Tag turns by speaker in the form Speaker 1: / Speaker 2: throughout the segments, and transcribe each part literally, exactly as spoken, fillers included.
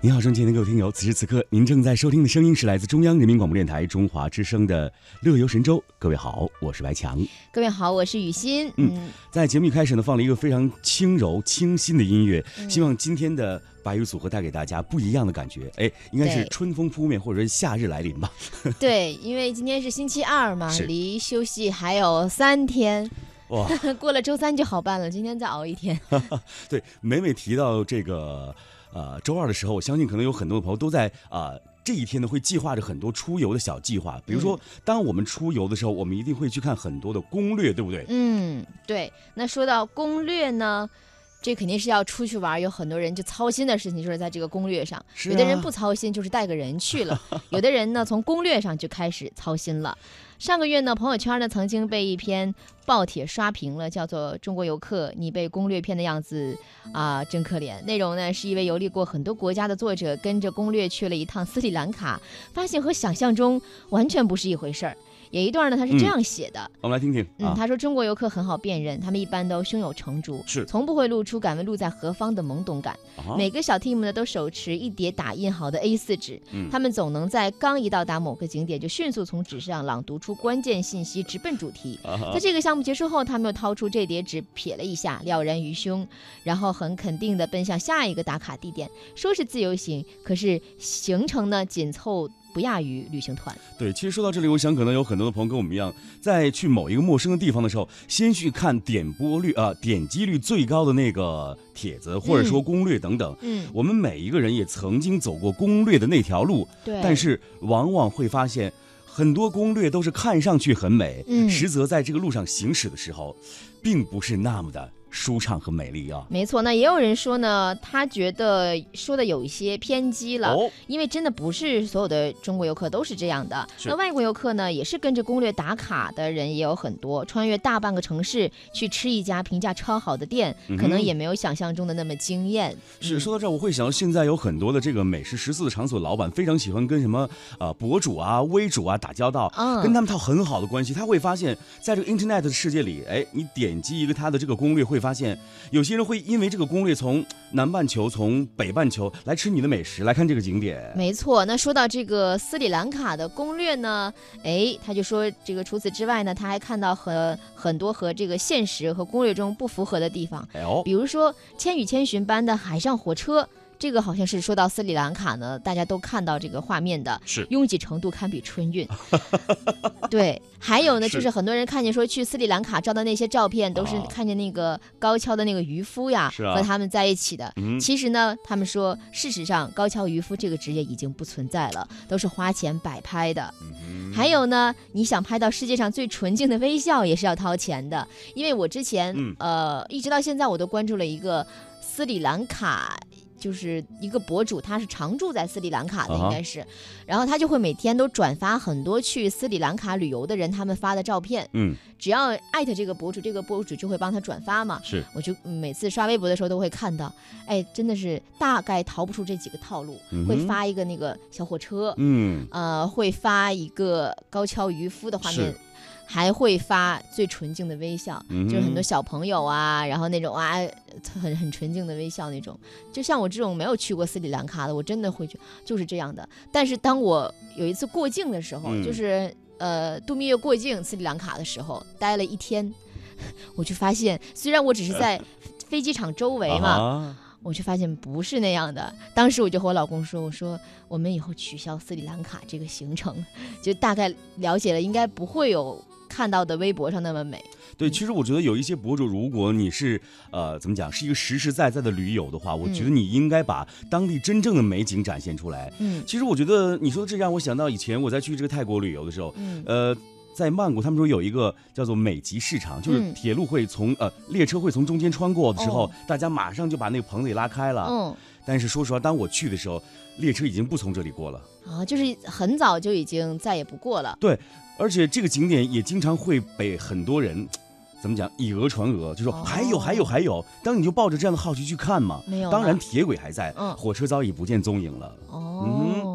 Speaker 1: 您好，正前的各位听友，此时此刻您正在收听的声音是来自中央人民广播电台中华之声的乐游神州。各位好，我是白强。
Speaker 2: 各位好，我是雨欣。
Speaker 1: 嗯，在节目一开始呢，放了一个非常轻柔清新的音乐，嗯、希望今天的白鱼组合带给大家不一样的感觉。哎，应该是春风扑面，或者是夏日来临吧？
Speaker 2: 对，因为今天是星期二嘛，离休息还有三天。哇，过了周三就好办了，今天再熬一天。
Speaker 1: 对，每每提到这个呃周二的时候，我相信可能有很多的朋友都在啊、呃、这一天呢会计划着很多出游的小计划。比如说，嗯、当我们出游的时候，我们一定会去看很多的攻略，对不对？
Speaker 2: 嗯，对。那说到攻略呢，这肯定是要出去玩，有很多人就操心的事情就是在这个攻略上。
Speaker 1: 是啊、
Speaker 2: 有的人不操心，就是带个人去了；有的人呢，从攻略上就开始操心了。上个月呢，朋友圈呢曾经被一篇爆帖刷屏了，叫做《中国游客你被攻略骗的样子啊、呃，真可怜》。内容呢是一位游历过很多国家的作者跟着攻略去了一趟斯里兰卡，发现和想象中完全不是一回事儿。有一段呢，他是这样写的，
Speaker 1: 嗯、我们来听听。
Speaker 2: 嗯，他说中国游客很好辨认，他们一般都胸有成竹，
Speaker 1: 是
Speaker 2: 从不会露出敢问路在何方的懵懂感。啊、每个小 team 呢都手持一叠打印好的 A 四 纸，嗯、他们总能在刚一到达某个景点，就迅速从纸上朗读出关键信息，直奔主题。啊、在这个项目结束后，他们又掏出这叠纸撇了一下，了然于胸，然后很肯定地奔向下一个打卡地点。说是自由行，可是行程呢紧凑不亚于旅行团。
Speaker 1: 对，其实说到这里，我想可能有很多的朋友跟我们一样，在去某一个陌生的地方的时候，先去看点播率啊、呃、点击率最高的那个帖子，或者说攻略等等。嗯，我们每一个人也曾经走过攻略的那条路，
Speaker 2: 对，
Speaker 1: 但是往往会发现，很多攻略都是看上去很美，嗯，实则在这个路上行驶的时候，并不是那么的舒畅和美丽啊。
Speaker 2: 没错，那也有人说呢，他觉得说的有一些偏激了，哦、因为真的不是所有的中国游客都是这样的。那外国游客呢，也是跟着攻略打卡的人也有很多，穿越大半个城市去吃一家评价超好的店，嗯、可能也没有想象中的那么惊艳。
Speaker 1: 是，说到这儿，我会想到现在有很多的这个美食十四的场所老板非常喜欢跟什么呃博主啊、微主啊打交道，嗯、跟他们套很好的关系。他会发现，在这个 Internet 的世界里，哎，你点击一个他的这个攻略，会发现有些人会因为这个攻略从南半球、从北半球来吃你的美食，来看这个景点。
Speaker 2: 没错，那说到这个斯里兰卡的攻略呢，哎，他就说这个除此之外呢，他还看到很很多和这个现实和攻略中不符合的地方。哎呦，比如说《千与千寻》般的海上火车。这个好像是说到斯里兰卡呢，大家都看到这个画面的，
Speaker 1: 是
Speaker 2: 拥挤程度堪比春运。对，还有呢，就是很多人看见说去斯里兰卡照的那些照片，都是看见那个高跷的那个渔夫呀，
Speaker 1: 啊、
Speaker 2: 和他们在一起的。嗯、其实呢，他们说，事实上高跷渔夫这个职业已经不存在了，都是花钱摆拍的。嗯、还有呢，你想拍到世界上最纯净的微笑，也是要掏钱的。因为我之前、嗯、呃，一直到现在我都关注了一个斯里兰卡。就是一个博主，他是常住在斯里兰卡的，应该是， uh-huh. 然后他就会每天都转发很多去斯里兰卡旅游的人他们发的照片，嗯，只要艾特这个博主，这个博主就会帮他转发嘛，
Speaker 1: 是，
Speaker 2: 我就每次刷微博的时候都会看到，哎，真的是大概逃不出这几个套路，嗯、会发一个那个小火车，嗯，呃，会发一个高跷渔夫的画面。还会发最纯净的微笑，嗯、就是很多小朋友啊，然后那种啊很很纯净的微笑那种。就像我这种没有去过斯里兰卡的，我真的会觉得就是这样的。但是当我有一次过境的时候，嗯、就是呃度蜜月过境斯里兰卡的时候，待了一天，我就发现，虽然我只是在飞机场周围嘛。啊我就发现不是那样的，当时我就和我老公说，我说我们以后取消斯里兰卡这个行程，就大概了解了，应该不会有看到的微博上那么美。
Speaker 1: 对，其实我觉得有一些博主，如果你是呃怎么讲，是一个实实在在的驴友的话，我觉得你应该把当地真正的美景展现出来。嗯，其实我觉得你说的这让我想到以前我在去这个泰国旅游的时候，嗯，呃。在曼谷，他们说有一个叫做美吉市场，就是铁路会从、嗯、呃列车会从中间穿过的时候、哦，大家马上就把那个棚子给拉开了。嗯，但是说实话，当我去的时候，列车已经不从这里过了
Speaker 2: 啊，就是很早就已经再也不过了。
Speaker 1: 对，而且这个景点也经常会被很多人。怎么讲？以讹传讹，就说、哦、还有还有还有，当你就抱着这样的好奇去看嘛。
Speaker 2: 没有，
Speaker 1: 当然铁轨还在，嗯、火车早已不见踪影了。
Speaker 2: 哦。嗯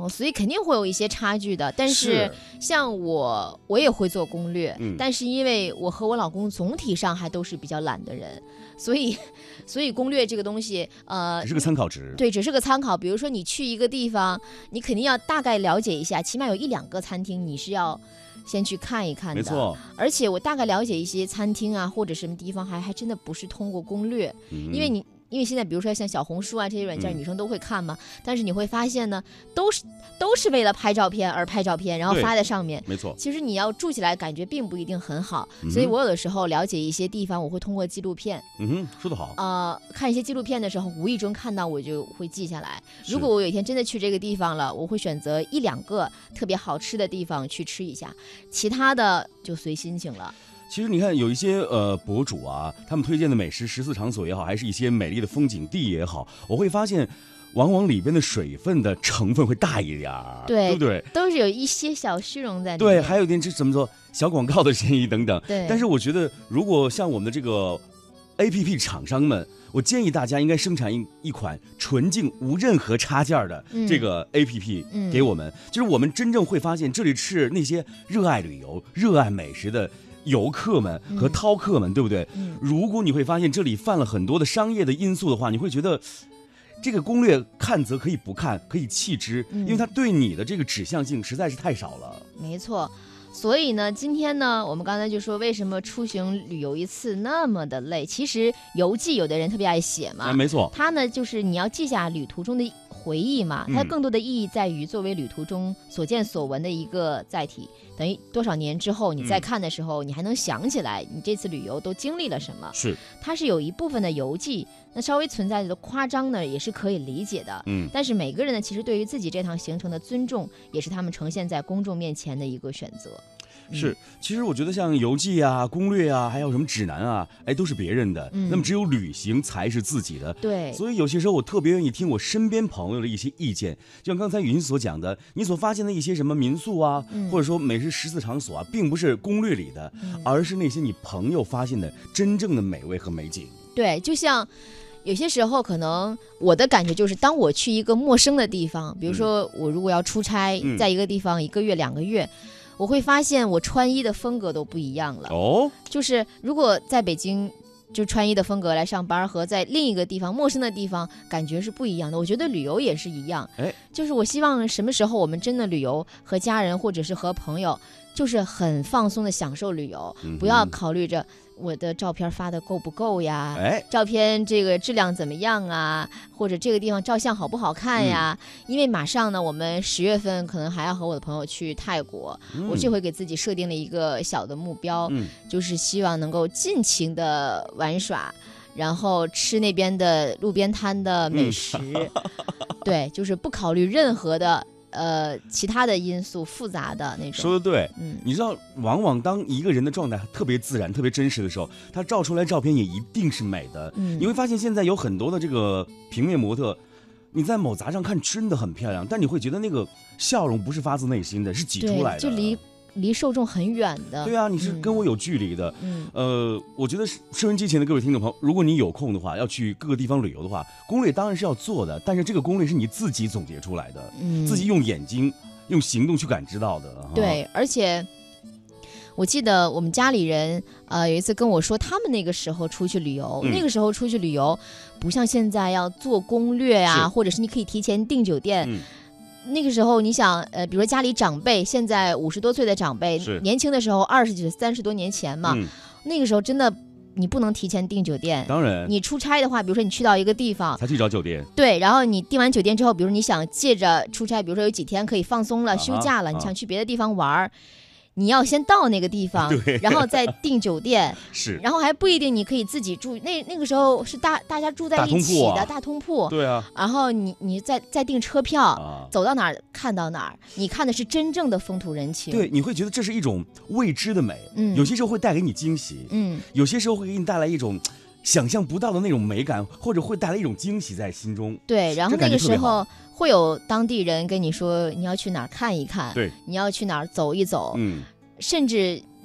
Speaker 2: 哦，所以肯定会有一些差距的。但是像我，我也会做攻略，嗯、但是因为我和我老公总体上还都是比较懒的人，所以，所以攻略这个东西，呃，
Speaker 1: 只是个参考值。
Speaker 2: 对，只是个参考。比如说你去一个地方，你肯定要大概了解一下，起码有一两个餐厅你是要先去看一看的。
Speaker 1: 没错。
Speaker 2: 而且我大概了解一些餐厅啊，或者什么地方还，还还真的不是通过攻略，嗯、因为你。因为现在比如说像小红书啊这些软件，女生都会看嘛、嗯，但是你会发现呢，都是都是为了拍照片而拍照片，然后发在上面。
Speaker 1: 没错，
Speaker 2: 其实你要住起来感觉并不一定很好，嗯、所以我有的时候了解一些地方，我会通过纪录片。
Speaker 1: 嗯哼，说得好。
Speaker 2: 呃，看一些纪录片的时候，无意中看到我就会记下来。如果我有一天真的去这个地方了，我会选择一两个特别好吃的地方去吃一下，其他的就随心情了。
Speaker 1: 其实你看，有一些呃博主啊，他们推荐的美食十四场所也好，还是一些美丽的风景地也好，我会发现，往往里边的水分的成分会大一点儿，
Speaker 2: 对，
Speaker 1: 对不对？
Speaker 2: 都是有一些小虚荣在里面。
Speaker 1: 对，还有一点这怎么说小广告的嫌疑等等。
Speaker 2: 对。
Speaker 1: 但是我觉得，如果像我们的这个 A P P 厂商们，我建议大家应该生产一一款纯净无任何插件的这个 A P P 给我们，嗯、就是我们真正会发现，这里是那些热爱旅游、热爱美食的游客们和饕客们，嗯、对不对？嗯、如果你会发现这里犯了很多的商业的因素的话，你会觉得这个攻略看则可以不看，可以弃之，嗯、因为它对你的这个指向性实在是太少了。
Speaker 2: 没错。所以呢，今天呢，我们刚才就说为什么出行旅游一次那么的累？其实游记有的人特别爱写嘛，
Speaker 1: 哎、没错，
Speaker 2: 它呢就是你要记下旅途中的回忆嘛，它更多的意义在于作为旅途中所见所闻的一个载体，等于多少年之后你再看的时候，嗯、你还能想起来你这次旅游都经历了什么。
Speaker 1: 是，
Speaker 2: 它是有一部分的游记，那稍微存在的夸张呢，也是可以理解的。嗯，但是每个人呢，其实对于自己这趟行程的尊重，也是他们呈现在公众面前的一个选择。
Speaker 1: 是，其实我觉得像游记啊、攻略啊，还有什么指南啊，哎，都是别人的。嗯、那么只有旅行才是自己的。
Speaker 2: 对。
Speaker 1: 所以有些时候我特别愿意听我身边朋友的一些意见，就像刚才雨欣所讲的，你所发现的一些什么民宿啊，嗯、或者说美食十四场所啊，并不是攻略里的，嗯、而是那些你朋友发现的真正的美味和美景。
Speaker 2: 对，就像。有些时候可能我的感觉就是，当我去一个陌生的地方，比如说我如果要出差，嗯、在一个地方一个月两个月，我会发现我穿衣的风格都不一样了。哦，就是如果在北京就穿衣的风格来上班，和在另一个地方陌生的地方感觉是不一样的。我觉得旅游也是一样，哎，就是我希望什么时候我们真的旅游，和家人或者是和朋友，就是很放松的享受旅游，嗯、不要考虑着我的照片发的够不够呀？哎，照片这个质量怎么样啊？或者这个地方照相好不好看呀？嗯、因为马上呢，我们十月份可能还要和我的朋友去泰国，嗯、我这回给自己设定了一个小的目标，嗯、就是希望能够尽情的玩耍，然后吃那边的路边摊的美食，嗯、对，就是不考虑任何的。呃，其他的因素复杂的那种。
Speaker 1: 说的对，嗯，你知道，往往当一个人的状态特别自然、特别真实的时候，他照出来照片也一定是美的。嗯，你会发现现在有很多的这个平面模特，你在某杂上看真的很漂亮，但你会觉得那个笑容不是发自内心的，是挤出来的，
Speaker 2: 就离离受众很远的。
Speaker 1: 对啊，你是跟我有距离的。嗯，呃，我觉得收音机前的各位听众朋友，如果你有空的话，要去各个地方旅游的话，攻略当然是要做的，但是这个攻略是你自己总结出来的，嗯，自己用眼睛、用行动去感知到的。
Speaker 2: 对，而且我记得我们家里人，呃，有一次跟我说，他们那个时候出去旅游，嗯、那个时候出去旅游，不像现在要做攻略啊，或者是你可以提前订酒店。嗯，那个时候你想，呃，比如说家里长辈，现在五十多岁的长辈，年轻的时候二十几、三十多年前嘛，嗯、那个时候真的你不能提前订酒店。
Speaker 1: 当然，
Speaker 2: 你出差的话，比如说你去到一个地方，
Speaker 1: 才去找酒店。
Speaker 2: 对，然后你订完酒店之后，比如你想借着出差，比如说有几天可以放松了、啊、休假了，啊、你想去别的地方玩。你要先到那个地方，然后再订酒店，
Speaker 1: 是，
Speaker 2: 然后还不一定你可以自己住。那那个时候是大大家住在一起的大通铺，
Speaker 1: 对啊。
Speaker 2: 然后你你再再订车票，啊、走到哪儿看到哪儿，你看的是真正的风土人情。
Speaker 1: 对，你会觉得这是一种未知的美，嗯，有些时候会带给你惊喜，嗯，有些时候会给你带来一种想象不到的那种美感，或者会带来一种惊喜在心中。
Speaker 2: 对，然后那个时候会有当地人跟你说你要去哪儿看一看，
Speaker 1: 对，
Speaker 2: 你要去哪儿走一走，嗯，甚至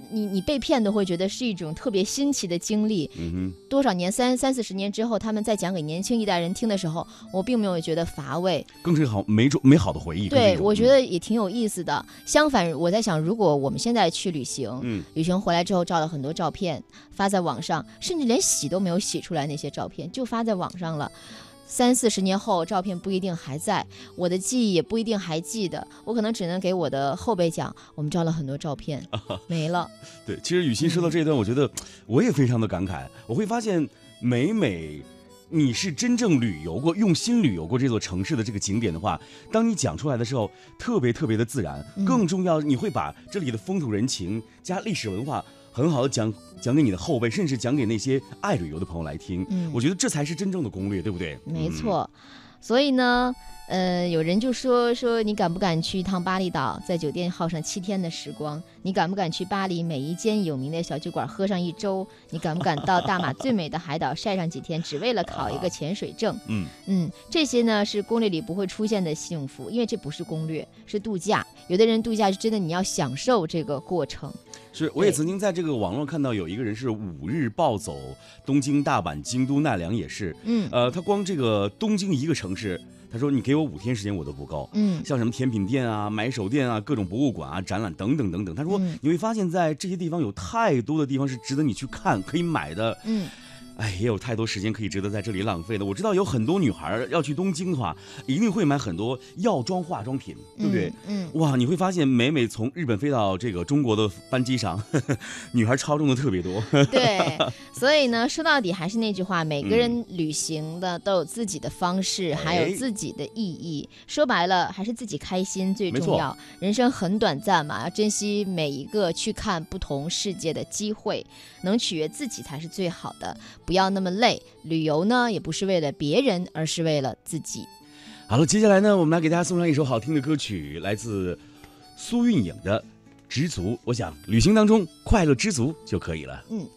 Speaker 2: 你你被骗都会觉得是一种特别新奇的经历。嗯哼，多少年三三四十年之后，他们在讲给年轻一代人听的时候，我并没有觉得乏味，
Speaker 1: 更是好美种美好的回忆。
Speaker 2: 对，我觉得也挺有意思的。相反，我在想，如果我们现在去旅行，嗯，旅行回来之后照了很多照片发在网上，甚至连洗都没有洗出来，那些照片就发在网上了。三四十年后，照片不一定还在，我的记忆也不一定还记得，我可能只能给我的后辈讲，我们照了很多照片，没了。
Speaker 1: 对，其实雨欣说到这一段，我觉得我也非常的感慨。我会发现，每每你是真正旅游过、用心旅游过这座城市的这个景点的话，当你讲出来的时候，特别特别的自然。更重要，你会把这里的风土人情加历史文化很好的讲讲给你的后辈，甚至讲给那些爱旅游的朋友来听。嗯，我觉得这才是真正的攻略，对不对？
Speaker 2: 没错。嗯、所以呢，呃，有人就说说你敢不敢去一趟巴厘岛，在酒店耗上七天的时光？你敢不敢去巴黎每一间有名的小酒馆喝上一周？你敢不敢到大马最美的海岛晒上几天，只为了考一个潜水证？嗯嗯，这些呢是攻略里不会出现的幸福，因为这不是攻略，是度假。有的人度假是真的，你要享受这个过程。
Speaker 1: 是，我也曾经在这个网络看到有一个人是五日暴走东京、大阪、京都、奈良也是，嗯，呃，他光这个东京一个城市，他说你给我五天时间我都不够，嗯，像什么甜品店啊、买手店啊、各种博物馆啊、展览等等等等，他说、嗯、你会发现在这些地方有太多的地方是值得你去看、可以买的，嗯。哎，也有太多时间可以值得在这里浪费的。我知道有很多女孩要去东京的话，一定会买很多药妆化妆品，对不对？嗯，嗯哇，你会发现每每从日本飞到这个中国的班机上，呵呵女孩超重的特别多。
Speaker 2: 对，所以呢，说到底还是那句话，每个人旅行的都有自己的方式，嗯、还有自己的意义。说白了，还是自己开心最重要。人生很短暂嘛，要珍惜每一个去看不同世界的机会，能取悦自己才是最好的。不要那么累，旅游呢也不是为了别人，而是为了自己。
Speaker 1: 好了，接下来呢，我们来给大家送上一首好听的歌曲，来自苏运颖的《知足》。我想旅行当中快乐知足就可以了。嗯。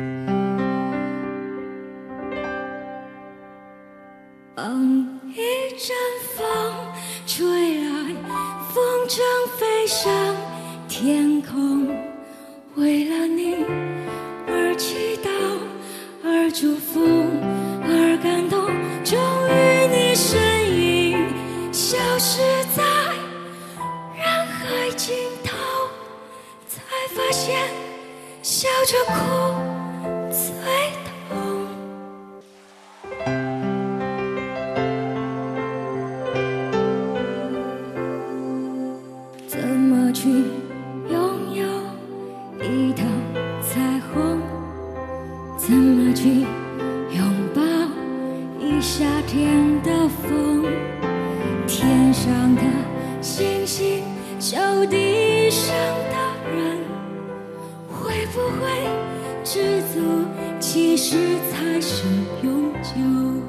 Speaker 3: 嗯，一阵风吹来，风筝飞上天空，为了你而祈祷，而祝福，而感动，终于你身影消失在人海尽头，才发现笑着哭最痛。怎么去拥有一道彩虹？怎么去拥抱一夏天的风？天上的星星，脚地上的人，会不会知足其实才是永久？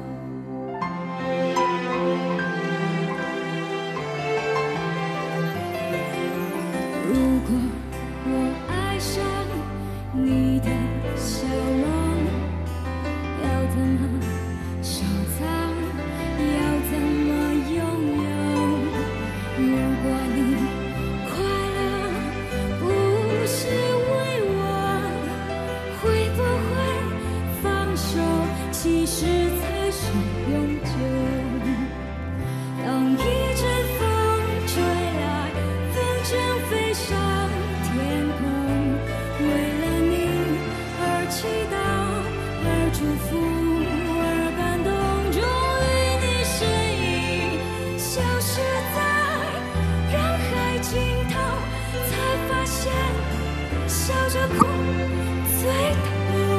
Speaker 3: 如果我爱上你的笑容，要怎么收藏？要怎么拥有？如果你快乐不是为我，会不会放手其实才是永久？当一阵风吹来，风筝飞上天空，为了你而祈祷，而祝福，而感动，终于你身影消失在人海尽头，才发现笑着哭最痛。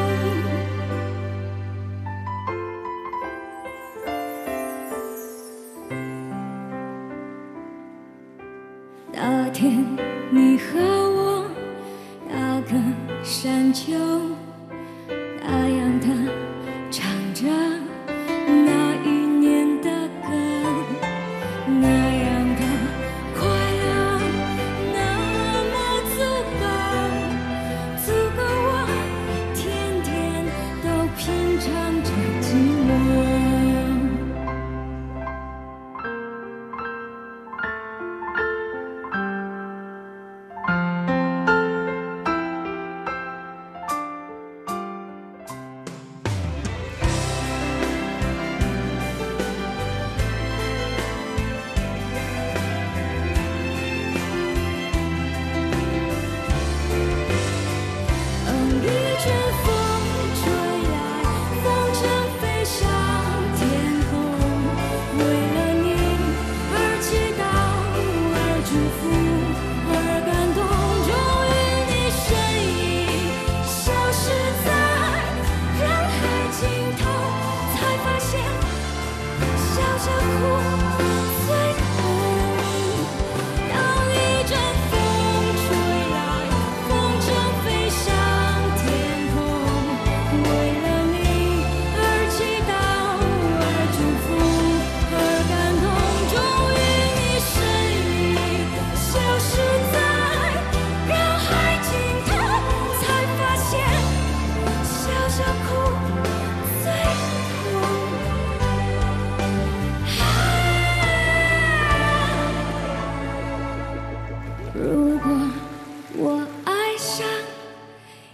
Speaker 3: 那天你和我那个山丘，那样的唱着那一年的歌，那样的快乐，那么足够，足够我天天都品尝着寂寞。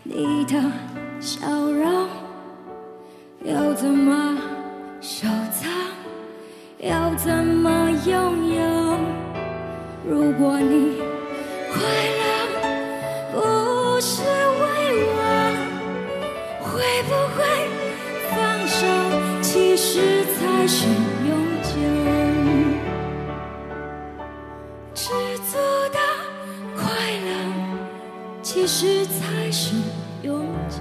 Speaker 3: 你的笑容，要怎么收藏，要怎么拥有？如果你快乐不是为我，会不会放手其实才是永久？知足的快乐其实才是永久，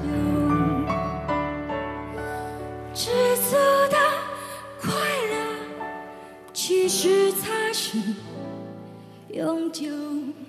Speaker 3: 知足的快乐其实才是永久。